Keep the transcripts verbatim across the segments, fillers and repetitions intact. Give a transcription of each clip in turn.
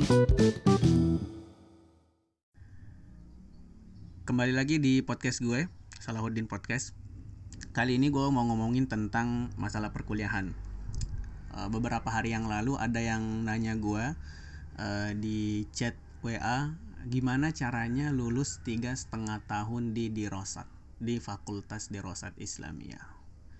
Kembali lagi di podcast gue, Salahuddin Podcast. Kali ini gue mau ngomongin tentang masalah perkuliahan. uh, Beberapa hari yang lalu ada yang nanya gue uh, di chat W A, gimana caranya lulus tiga setengah tahun di Dirosat, di Fakultas Dirosat Islamiyah.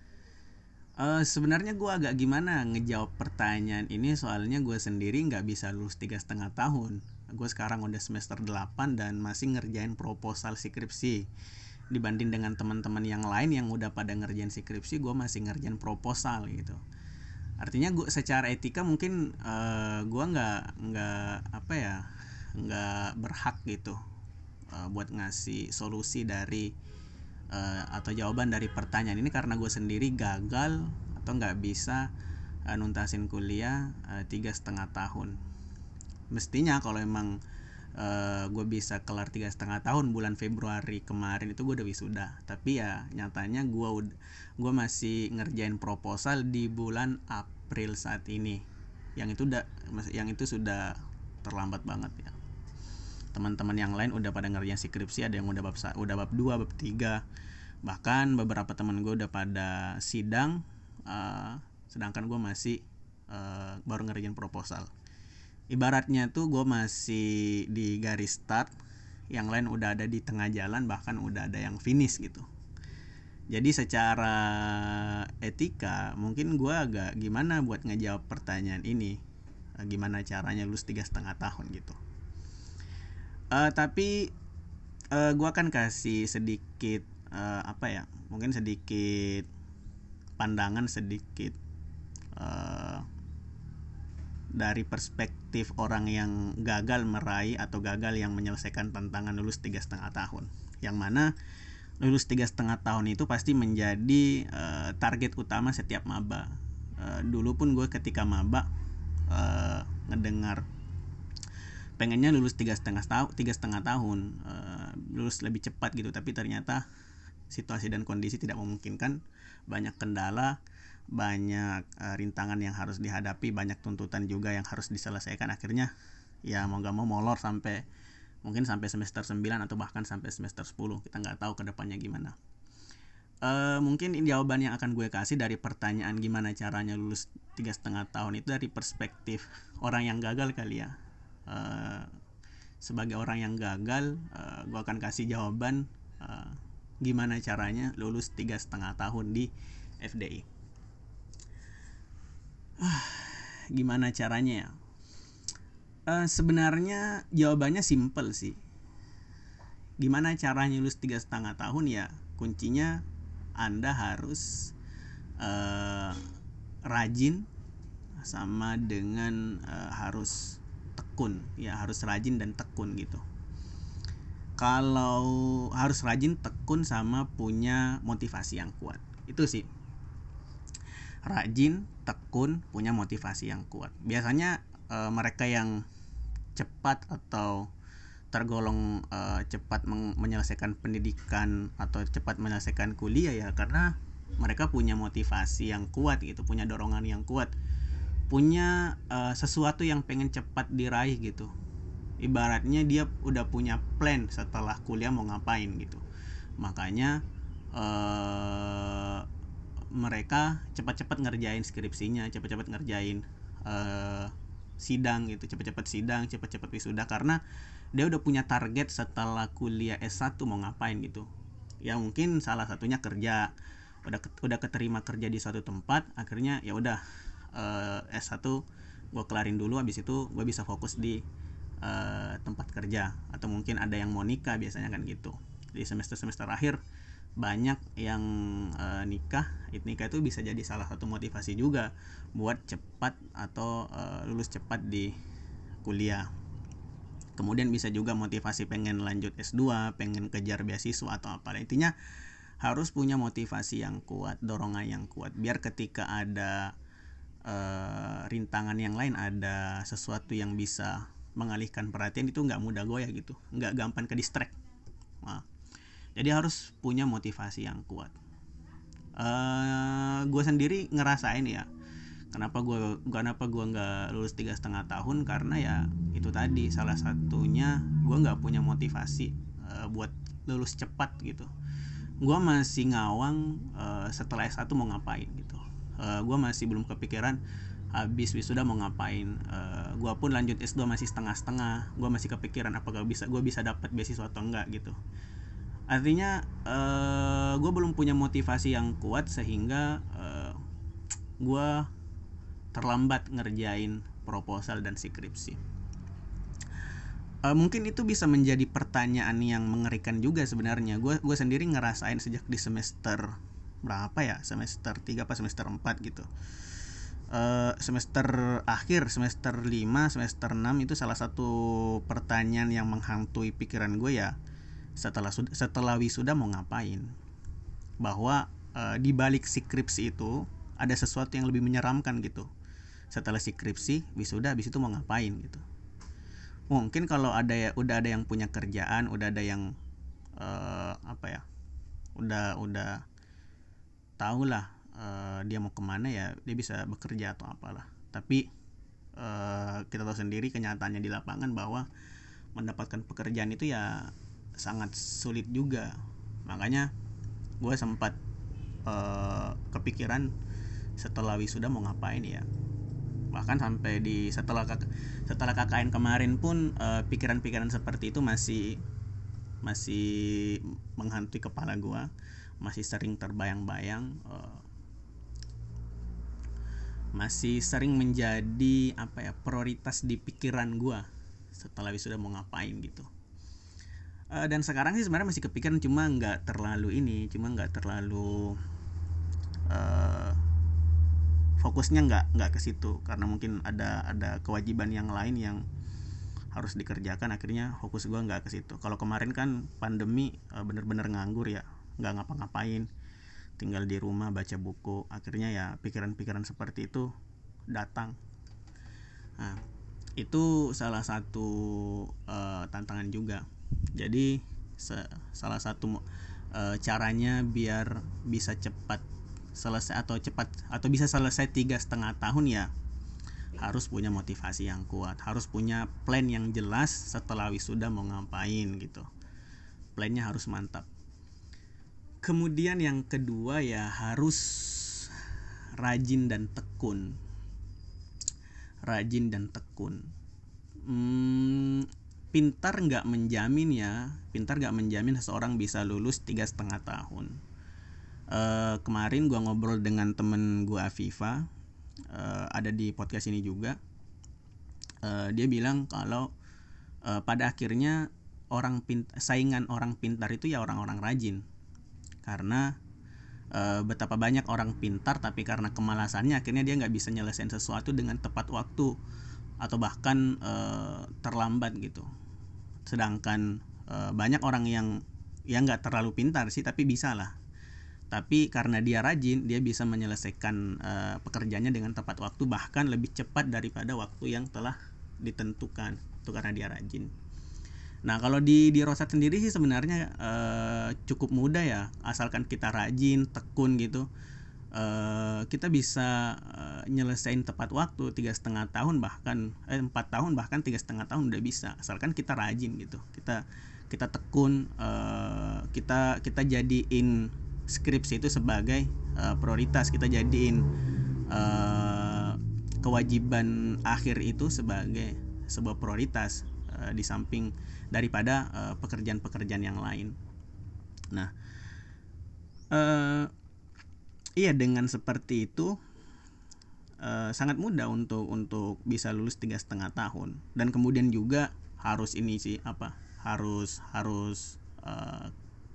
Uh, sebenarnya gue agak gimana ngejawab pertanyaan ini, soalnya gue sendiri nggak bisa lulus tiga setengah tahun. Gue sekarang udah semester delapan dan masih ngerjain proposal skripsi. Dibanding dengan teman-teman yang lain yang udah pada ngerjain skripsi, gue masih ngerjain proposal gitu. Artinya gue secara etika mungkin uh, gue nggak nggak apa ya nggak berhak gitu uh, buat ngasih solusi dari uh, atau jawaban dari pertanyaan ini, karena gue sendiri gagal atau nggak bisa uh, nuntasin kuliah uh, tiga setengah tahun. Mestinya kalau emang uh, gue bisa kelar tiga setengah tahun bulan Februari kemarin itu gue udah wisuda. Tapi ya nyatanya gue gue masih ngerjain proposal di bulan April saat ini. Yang itu udah yang itu sudah terlambat banget ya. Teman-teman yang lain udah pada ngerjain skripsi, ada yang udah bab udah bab dua, bab tiga. Bahkan beberapa teman gue udah pada sidang, uh, sedangkan gue masih uh, baru ngerjain proposal. Ibaratnya tuh gue masih di garis start, yang lain udah ada di tengah jalan, bahkan udah ada yang finish gitu. Jadi secara etika mungkin gue agak gimana buat ngejawab pertanyaan ini, gimana caranya lulus tiga setengah tahun gitu. Uh, tapi uh, gue akan kasih sedikit uh, apa ya, mungkin sedikit pandangan, sedikit uh, dari perspektif orang yang gagal meraih atau gagal yang menyelesaikan tantangan lulus tiga setengah tahun. Yang mana lulus tiga setengah tahun itu pasti menjadi uh, target utama setiap maba. Uh, dulu pun gue ketika maba uh, ngedengar pengennya lulus tiga setengah tahun, tiga setengah tahun, uh, lulus lebih cepat gitu. Tapi ternyata situasi dan kondisi tidak memungkinkan, banyak kendala, banyak uh, rintangan yang harus dihadapi, banyak tuntutan juga yang harus diselesaikan. Akhirnya ya mau gak mau molor sampai mungkin sampai semester sembilan atau bahkan sampai semester sepuluh. Kita gak tahu kedepannya gimana. uh, Mungkin jawaban yang akan gue kasih dari pertanyaan gimana caranya lulus tiga setengah tahun itu dari perspektif orang yang gagal kali ya. uh, Sebagai orang yang gagal, uh, gue akan kasih jawaban uh, gimana caranya lulus tiga setengah tahun di F D I. Ah, gimana caranya ya? Uh, sebenarnya jawabannya simple sih. Gimana caranya lulus tiga setengah tahun ya? Kuncinya Anda harus uh, rajin, sama dengan uh, harus tekun. Ya harus rajin dan tekun gitu. Kalau harus rajin, tekun, sama punya motivasi yang kuat. Itu sih. Rajin, tekun, punya motivasi yang kuat. Biasanya e, mereka yang cepat atau tergolong e, cepat meng- menyelesaikan pendidikan atau cepat menyelesaikan kuliah ya karena mereka punya motivasi yang kuat gitu, punya dorongan yang kuat, punya e, sesuatu yang pengen cepat diraih gitu. Ibaratnya dia udah punya plan setelah kuliah mau ngapain gitu. Makanya ee, mereka cepat-cepat ngerjain skripsinya, cepat-cepat ngerjain ee, sidang gitu, cepat-cepat sidang, cepat-cepat wisuda, karena dia udah punya target setelah kuliah S satu mau ngapain gitu. Ya mungkin salah satunya kerja, udah udah keterima kerja di suatu tempat, akhirnya ya udah ee, S satu gue kelarin dulu, habis itu gue bisa fokus di Uh, tempat kerja. Atau mungkin ada yang mau nikah, biasanya kan gitu. Di semester-semester akhir banyak yang uh, nikah. Nikah itu bisa jadi salah satu motivasi juga buat cepat atau uh, lulus cepat di kuliah. Kemudian bisa juga motivasi pengen lanjut S dua, pengen kejar beasiswa atau apa. Intinya harus punya motivasi yang kuat, dorongan yang kuat, biar ketika ada uh, rintangan yang lain, ada sesuatu yang bisa mengalihkan perhatian, itu nggak mudah goyah gitu, nggak gampang ke distract. Nah, jadi harus punya motivasi yang kuat. Uh, gue sendiri ngerasain ya, Kenapa gue kenapa gue nggak lulus tiga setengah tahun? Karena ya itu tadi, salah satunya gue nggak punya motivasi uh, buat lulus cepat gitu. Gue masih ngawang uh, setelah S satu mau ngapain gitu. Uh, gue masih belum kepikiran habis wisuda mau ngapain. Uh, gue pun lanjut S dua masih setengah-setengah. Gue masih kepikiran apakah bisa gue bisa dapat beasiswa atau enggak gitu. Artinya uh, gue belum punya motivasi yang kuat sehingga uh, gue terlambat ngerjain proposal dan skripsi. Uh, mungkin itu bisa menjadi pertanyaan yang mengerikan juga sebenarnya. Gue gue sendiri ngerasain sejak di semester berapa ya, semester tiga apa semester empat gitu. Uh, semester akhir, semester lima, semester enam itu salah satu pertanyaan yang menghantui pikiran gue ya, setelah setelah wisuda mau ngapain. Bahwa uh, di balik skripsi itu ada sesuatu yang lebih menyeramkan gitu. Setelah skripsi, wisuda, habis itu mau ngapain gitu. Mungkin kalau ada ya, udah ada yang punya kerjaan, udah ada yang uh, apa ya, udah udah tahu lah uh, dia mau kemana ya, dia bisa bekerja atau apalah. Tapi uh, kita tahu sendiri kenyataannya di lapangan bahwa mendapatkan pekerjaan itu ya sangat sulit juga. Makanya gue sempat uh, kepikiran setelah wisuda mau ngapain ya. Bahkan sampai di setelah setelah K K N kemarin pun uh, pikiran-pikiran seperti itu masih masih menghantui kepala gue, masih sering terbayang-bayang, uh, masih sering menjadi apa ya, prioritas di pikiran gue setelah wisuda mau ngapain gitu. Uh, dan sekarang sih sebenarnya masih kepikiran, cuma nggak terlalu ini, cuma nggak terlalu uh, fokusnya nggak nggak ke situ karena mungkin ada ada kewajiban yang lain yang harus dikerjakan. Akhirnya fokus gue nggak ke situ. Kalau kemarin kan pandemi bener-bener nganggur ya, nggak ngapa-ngapain, tinggal di rumah baca buku. Akhirnya ya pikiran-pikiran seperti itu datang. Nah, itu salah satu uh, tantangan juga. Jadi se- salah satu uh, caranya biar bisa cepat selesai atau cepat atau bisa selesai tiga setengah tahun ya harus punya motivasi yang kuat, harus punya plan yang jelas setelah wisuda mau ngapain gitu. Plannya harus mantap. Kemudian yang kedua ya harus rajin dan tekun. Rajin dan tekun. Hmm, pintar nggak menjamin ya, pintar nggak menjamin seseorang bisa lulus tiga setengah tahun. Uh, kemarin gue ngobrol dengan temen gue Afifa, uh, ada di podcast ini juga. Uh, dia bilang kalau uh, pada akhirnya orang pint- saingan orang pintar itu ya orang-orang rajin. Karena uh, betapa banyak orang pintar tapi karena kemalasannya akhirnya dia nggak bisa nyelesain sesuatu dengan tepat waktu atau bahkan uh, terlambat gitu. Sedangkan uh, banyak orang yang yang nggak terlalu pintar sih tapi bisa lah. Tapi karena dia rajin, dia bisa menyelesaikan uh, pekerjaannya dengan tepat waktu, bahkan lebih cepat daripada waktu yang telah ditentukan. Itu karena dia rajin. Nah, kalau di di Rosat sendiri sih sebenarnya uh, cukup mudah ya, asalkan kita rajin, tekun gitu. Uh, kita bisa uh, nyelesain tepat waktu tiga setengah tahun bahkan eh, empat tahun bahkan tiga setengah tahun udah bisa, asalkan kita rajin gitu. Kita kita tekun, uh, kita kita jadiin skripsi itu sebagai uh, prioritas, kita jadiin uh, kewajiban akhir itu sebagai sebuah prioritas uh, di samping daripada uh, pekerjaan-pekerjaan yang lain. Nah, uh, iya dengan seperti itu uh, sangat mudah untuk untuk bisa lulus tiga setengah tahun. Dan kemudian juga harus ini sih apa harus harus uh,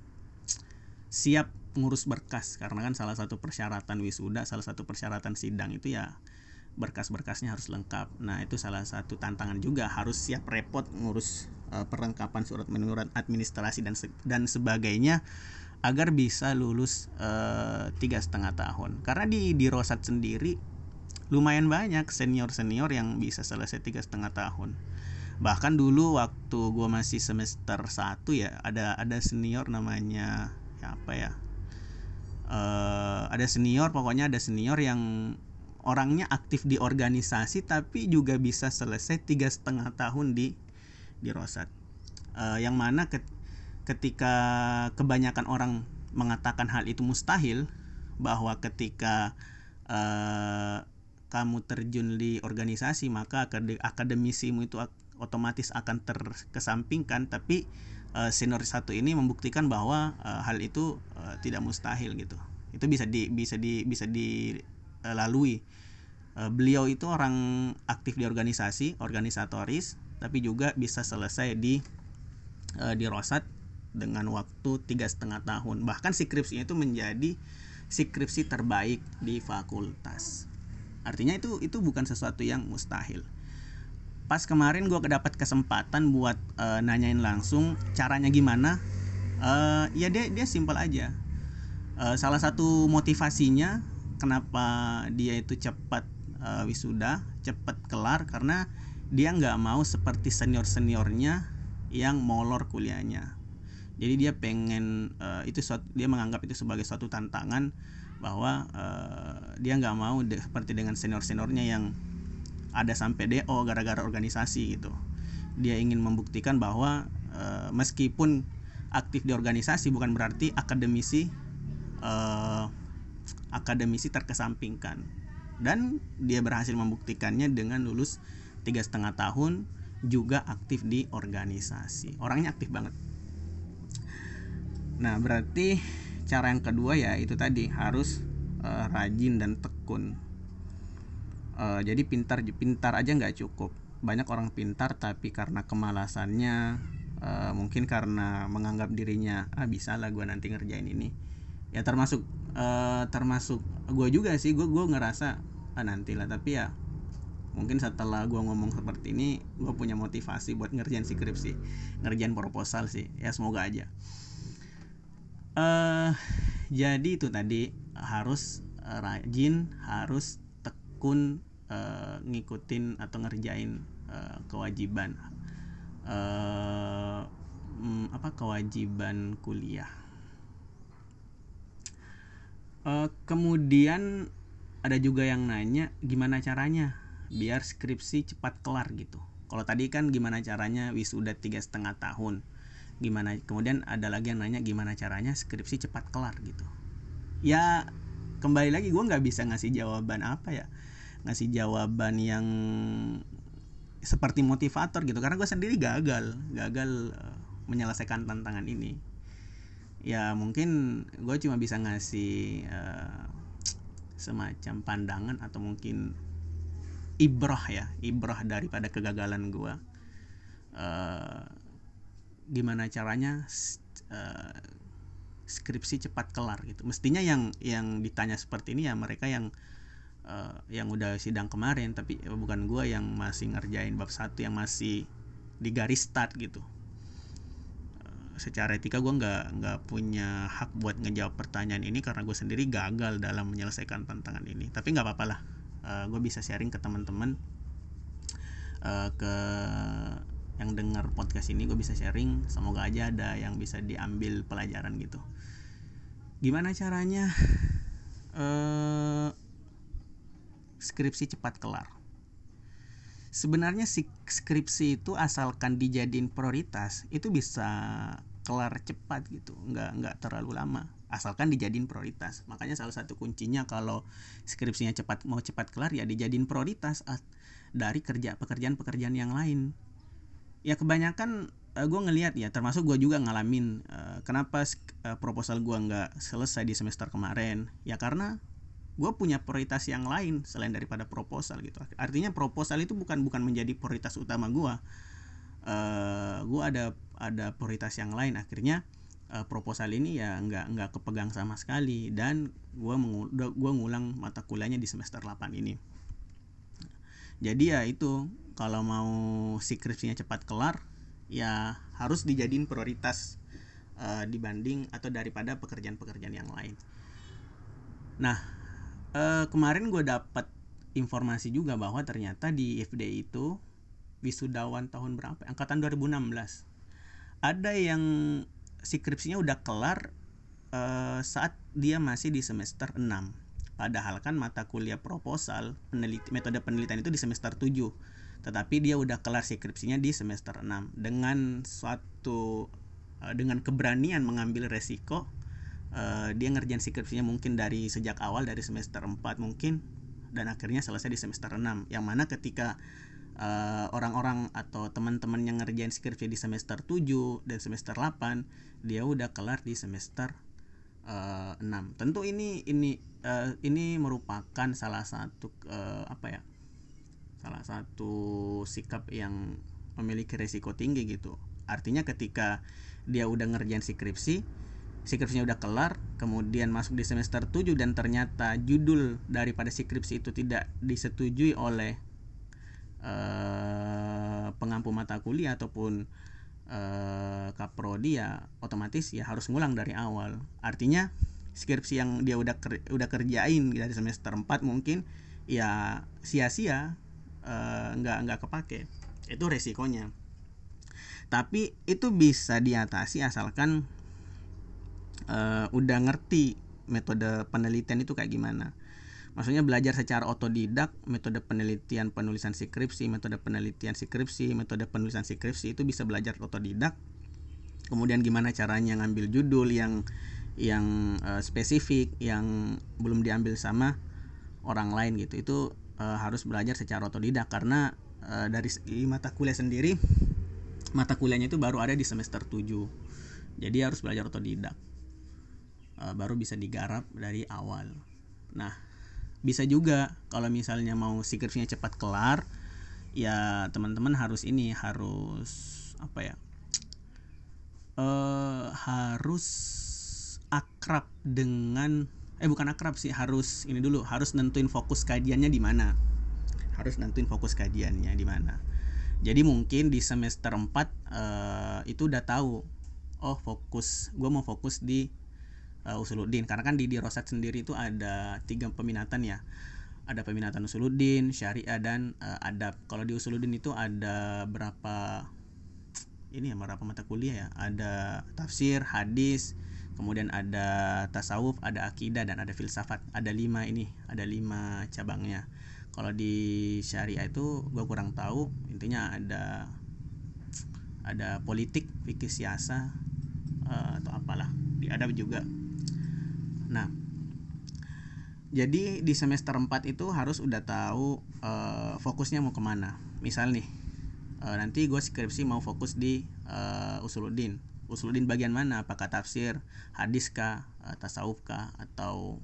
siap ngurus berkas, karena kan salah satu persyaratan wisuda, salah satu persyaratan sidang itu ya berkas-berkasnya harus lengkap. Nah, itu salah satu tantangan juga, harus siap repot ngurus uh, perlengkapan surat menyurat administrasi dan se- dan sebagainya agar bisa lulus tiga setengah tahun. Karena di di Rosat sendiri lumayan banyak senior-senior yang bisa selesai tiga setengah tahun. Bahkan dulu waktu gue masih semester satu ya, ada ada senior namanya ya apa ya, uh, ada senior pokoknya ada senior yang orangnya aktif di organisasi tapi juga bisa selesai tiga setengah tahun di di Rosat. Uh, yang mana ke, ketika kebanyakan orang mengatakan hal itu mustahil, bahwa ketika uh, kamu terjun di organisasi maka akademisimu itu otomatis akan terkesampingkan, tapi uh, senior satu ini membuktikan bahwa uh, hal itu uh, tidak mustahil gitu. Itu bisa di bisa di bisa dilalui. Uh, beliau itu orang aktif di organisasi, organisatoris, tapi juga bisa selesai di uh, di Rosat dengan waktu tiga setengah tahun. Bahkan skripsinya itu menjadi skripsi terbaik di fakultas. Artinya itu itu bukan sesuatu yang mustahil. Pas kemarin gue dapat kesempatan buat uh, nanyain langsung caranya gimana. Uh, ya dia dia simpel aja. Uh, salah satu motivasinya kenapa dia itu cepat uh, wisuda, cepat kelar, karena dia nggak mau seperti senior seniornya yang molor kuliahnya. Jadi dia pengen uh, itu suatu, dia menganggap itu sebagai suatu tantangan, bahwa uh, dia nggak mau de- seperti dengan senior seniornya yang ada sampai D O gara-gara organisasi gitu. Dia ingin membuktikan bahwa uh, meskipun aktif di organisasi bukan berarti akademisi uh, akademisi terkesampingkan. Dan dia berhasil membuktikannya dengan lulus tiga setengah tahun, juga aktif di organisasi. Orangnya aktif banget. Nah, berarti cara yang kedua ya itu tadi, harus uh, rajin dan tekun. Uh, jadi pintar pintar aja nggak cukup. Banyak orang pintar tapi karena kemalasannya, uh, mungkin karena menganggap dirinya ah bisa lah gue nanti ngerjain ini. Ya termasuk uh, termasuk gue juga sih. Gue gue ngerasa ah nantilah, tapi ya mungkin setelah gue ngomong seperti ini gue punya motivasi buat ngerjain skripsi, ngerjain proposal sih. Ya semoga aja. Uh, jadi itu tadi, harus uh, rajin, harus tekun uh, ngikutin atau ngerjain uh, kewajiban uh, um, apa kewajiban kuliah. Uh, kemudian ada juga yang nanya gimana caranya biar skripsi cepat kelar gitu. Kalau tadi kan gimana caranya wisuda tiga setengah tahun. Gimana, kemudian ada lagi yang nanya gimana caranya skripsi cepat kelar gitu. Ya kembali lagi gue nggak bisa ngasih jawaban apa ya, ngasih jawaban yang seperti motivator gitu, karena gue sendiri gagal gagal uh, menyelesaikan tantangan ini. Ya mungkin gue cuma bisa ngasih uh, semacam pandangan atau mungkin ibrah ya, ibrah daripada kegagalan gue. Uh, gimana caranya uh, skripsi cepat kelar gitu. Mestinya yang yang ditanya seperti ini ya mereka yang uh, yang udah sidang kemarin, tapi bukan gue yang masih ngerjain bab satu yang masih di garis start gitu. Uh, secara etika gue nggak nggak punya hak buat ngejawab pertanyaan ini karena gue sendiri gagal dalam menyelesaikan tantangan ini. Tapi nggak apa-apa lah, uh, gue bisa sharing ke teman-teman, uh, ke yang dengar podcast ini, gue bisa sharing, semoga aja ada yang bisa diambil pelajaran gitu. Gimana caranya uh, skripsi cepat kelar? Sebenarnya skripsi itu asalkan dijadiin prioritas itu bisa kelar cepat gitu, nggak nggak terlalu lama, asalkan dijadiin prioritas. Makanya salah satu kuncinya kalau skripsinya cepat mau cepat kelar ya dijadiin prioritas dari kerja pekerjaan-pekerjaan yang lain. Ya kebanyakan uh, gue ngelihat ya, termasuk gue juga ngalamin uh, kenapa uh, proposal gue nggak selesai di semester kemarin. Ya karena gue punya prioritas yang lain selain daripada proposal gitu. Artinya proposal itu bukan bukan menjadi prioritas utama gue. Uh, gue ada ada prioritas yang lain. Akhirnya uh, proposal ini ya nggak nggak kepegang sama sekali, dan gue mengul- gue ngulang mata kuliahnya di semester delapan ini. Jadi ya itu, kalau mau skripsinya cepat kelar ya harus dijadiin prioritas uh, dibanding atau daripada pekerjaan-pekerjaan yang lain. Nah uh, kemarin gue dapat informasi juga bahwa ternyata di I F D itu wisudawan tahun berapa? Angkatan dua ribu enam belas. Ada yang skripsinya udah kelar uh, saat dia masih di semester enam. Padahal kan mata kuliah proposal peneliti, metode penelitian itu di semester tujuh, tetapi dia udah kelar skripsinya di semester enam dengan suatu uh, dengan keberanian mengambil resiko. Uh, dia ngerjain skripsinya mungkin dari sejak awal dari semester empat mungkin, dan akhirnya selesai di semester enam. Yang mana ketika uh, orang-orang atau teman-teman yang ngerjain skripsi di semester tujuh dan semester delapan, dia udah kelar di semester uh, enam. Tentu ini ini uh, ini merupakan salah satu uh, apa ya? salah satu sikap yang memiliki resiko tinggi gitu. Artinya ketika dia udah ngerjain skripsi, skripsinya udah kelar, kemudian masuk di semester tujuh dan ternyata judul daripada skripsi itu tidak disetujui oleh uh, pengampu mata kuliah ataupun uh, kaprodi, ya otomatis ya harus ngulang dari awal. Artinya skripsi yang dia udah ker- udah kerjain dari semester empat mungkin ya sia-sia, uh, nggak nggak kepake. Itu resikonya. Tapi itu bisa diatasi asalkan Uh, udah ngerti metode penelitian itu kayak gimana. Maksudnya belajar secara otodidak metode penelitian penulisan skripsi, metode penelitian skripsi, metode penulisan skripsi itu bisa belajar otodidak. Kemudian gimana caranya ngambil judul yang yang uh, spesifik, yang belum diambil sama orang lain gitu. Itu uh, harus belajar secara otodidak karena uh, dari segi mata kuliah sendiri, mata kuliahnya itu baru ada di semester tujuh. Jadi harus belajar otodidak. Uh, baru bisa digarap dari awal. Nah, bisa juga kalau misalnya mau skripsinya cepat kelar, ya teman-teman harus ini harus apa ya? Uh, harus akrab dengan eh bukan akrab sih, harus ini dulu, harus nentuin fokus kajiannya di mana. Harus nentuin fokus kajiannya di mana. Jadi mungkin di semester empat uh, itu udah tahu, oh fokus gue mau fokus di Uh, usuluddin, karena kan di di Rosat sendiri itu ada tiga peminatan ya, ada peminatan usuluddin, syariah, dan uh, adab. Kalau di usuluddin itu ada berapa ini ya, berapa mata kuliah ya, ada tafsir, hadis, kemudian ada tasawuf, ada akidah, dan ada filsafat. Ada lima ini, ada lima cabangnya. Kalau di syariah itu gue kurang tahu, intinya ada ada politik, fikih, siasa, uh, atau apalah. Di adab juga. Nah, jadi di semester empat itu harus udah tahu uh, fokusnya mau kemana. Misal nih, uh, nanti gue skripsi mau fokus di uh, usuluddin. Usuluddin bagian mana? Apakah tafsir, hadis kah, uh, tasawuf kah, atau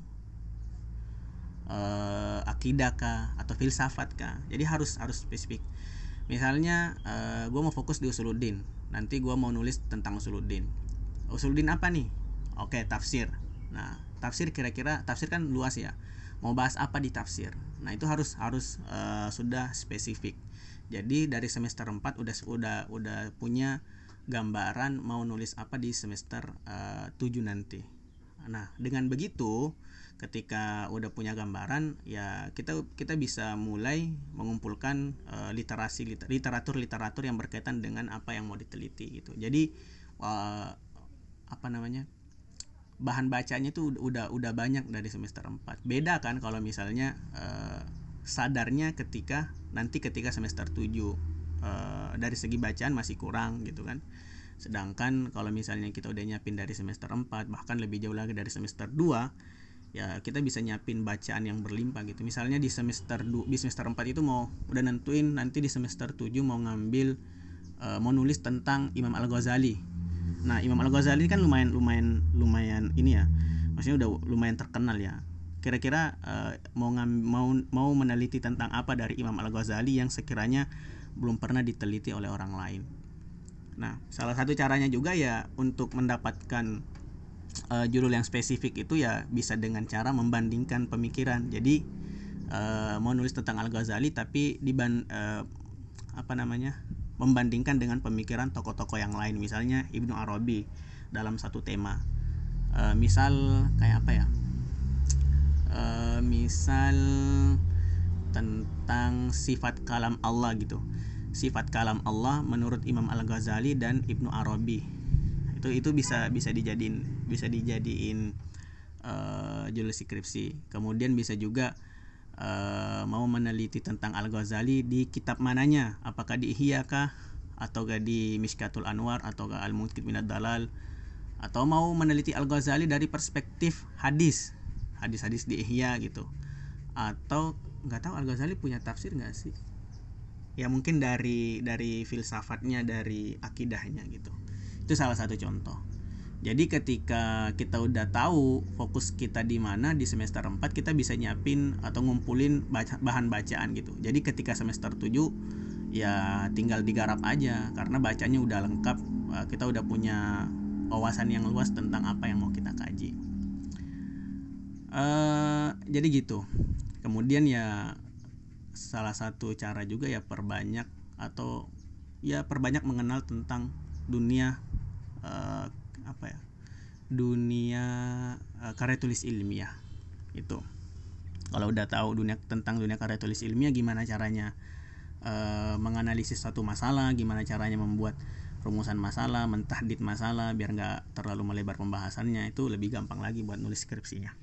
uh, akidah kah, atau filsafat kah? Jadi harus harus spesifik. Misalnya uh, gue mau fokus di usuluddin. Nanti gue mau nulis tentang usuluddin. Usuluddin apa nih? Oke, tafsir. Nah, tafsir kira-kira tafsir kan luas ya. Mau bahas apa di tafsir? Nah, itu harus harus uh, sudah spesifik. Jadi dari semester empat udah udah udah punya gambaran mau nulis apa di semester uh, tujuh nanti. Nah, dengan begitu ketika udah punya gambaran, ya kita kita bisa mulai mengumpulkan uh, literasi literatur literatur yang berkaitan dengan apa yang mau diteliti gitu. Jadi uh, apa namanya? bahan bacanya tuh udah udah banyak dari semester empat. Beda kan kalau misalnya uh, sadarnya ketika nanti ketika semester tujuh, uh, dari segi bacaan masih kurang gitu kan. Sedangkan kalau misalnya kita udah nyiapin dari semester empat, bahkan lebih jauh lagi dari semester dua, ya kita bisa nyiapin bacaan yang berlimpah gitu. Misalnya di semester dua, di semester empat itu mau udah nentuin nanti di semester tujuh mau ngambil uh, mau nulis tentang Imam Al-Ghazali. Nah, Imam Al-Ghazali kan lumayan lumayan lumayan ini ya. Maksudnya udah lumayan terkenal ya. Kira-kira uh, mau ngam, mau mau meneliti tentang apa dari Imam Al-Ghazali yang sekiranya belum pernah diteliti oleh orang lain. Nah, salah satu caranya juga ya untuk mendapatkan uh, judul yang spesifik itu ya bisa dengan cara membandingkan pemikiran. Jadi uh, mau nulis tentang Al-Ghazali tapi diban uh, apa namanya? membandingkan dengan pemikiran tokoh-tokoh yang lain, misalnya Ibnu Arabi dalam satu tema. E, misal kayak apa ya? E, misal tentang sifat kalam Allah gitu. Sifat kalam Allah menurut Imam Al-Ghazali dan Ibnu Arabi. Itu itu bisa bisa dijadiin bisa dijadiin uh, judul skripsi. Kemudian bisa juga uh, mau meneliti tentang Al-Ghazali di kitab mananya, apakah di Ihya kah, ataukah di Mishkatul Anwar, ataukah Al-Munqidh Minad Dalal, atau mau meneliti Al-Ghazali dari perspektif hadis, hadis-hadis di Ihya gitu. Atau nggak tahu Al-Ghazali punya tafsir nggak sih? Ya mungkin dari dari filsafatnya, dari akidahnya gitu. Itu salah satu contoh. Jadi ketika kita udah tahu fokus kita di mana di semester empat, kita bisa nyiapin atau ngumpulin baca, bahan bacaan gitu. Jadi ketika semester tujuh ya tinggal digarap aja, karena bacanya udah lengkap, kita udah punya wawasan yang luas tentang apa yang mau kita kaji. Uh, jadi gitu. Kemudian ya salah satu cara juga ya perbanyak atau ya perbanyak mengenal tentang dunia uh, apa ya dunia uh, karya tulis ilmiah itu. Kalau udah tahu dunia tentang dunia karya tulis ilmiah, gimana caranya uh, menganalisis suatu masalah, gimana caranya membuat rumusan masalah, mentahdid masalah biar nggak terlalu melebar pembahasannya, itu lebih gampang lagi buat nulis skripsinya.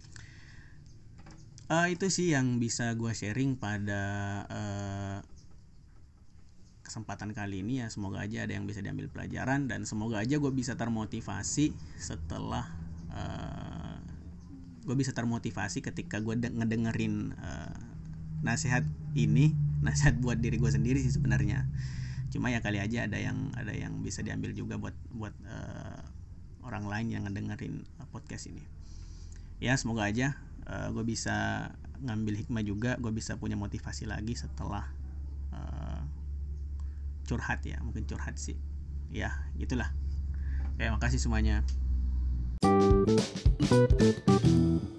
Uh, itu sih yang bisa gue sharing pada uh, kesempatan kali ini ya. Semoga aja ada yang bisa diambil pelajaran, dan semoga aja gue bisa termotivasi setelah uh, gue bisa termotivasi ketika gue de- ngedengerin uh, nasihat ini, nasihat buat diri gue sendiri sih sebenarnya. Cuma ya kali aja ada yang ada yang bisa diambil juga buat buat uh, orang lain yang ngedengerin uh, podcast ini. Ya semoga aja uh, gue bisa ngambil hikmah juga, gue bisa punya motivasi lagi setelah uh, curhat ya, mungkin curhat sih ya, gitulah. Oke, makasih semuanya.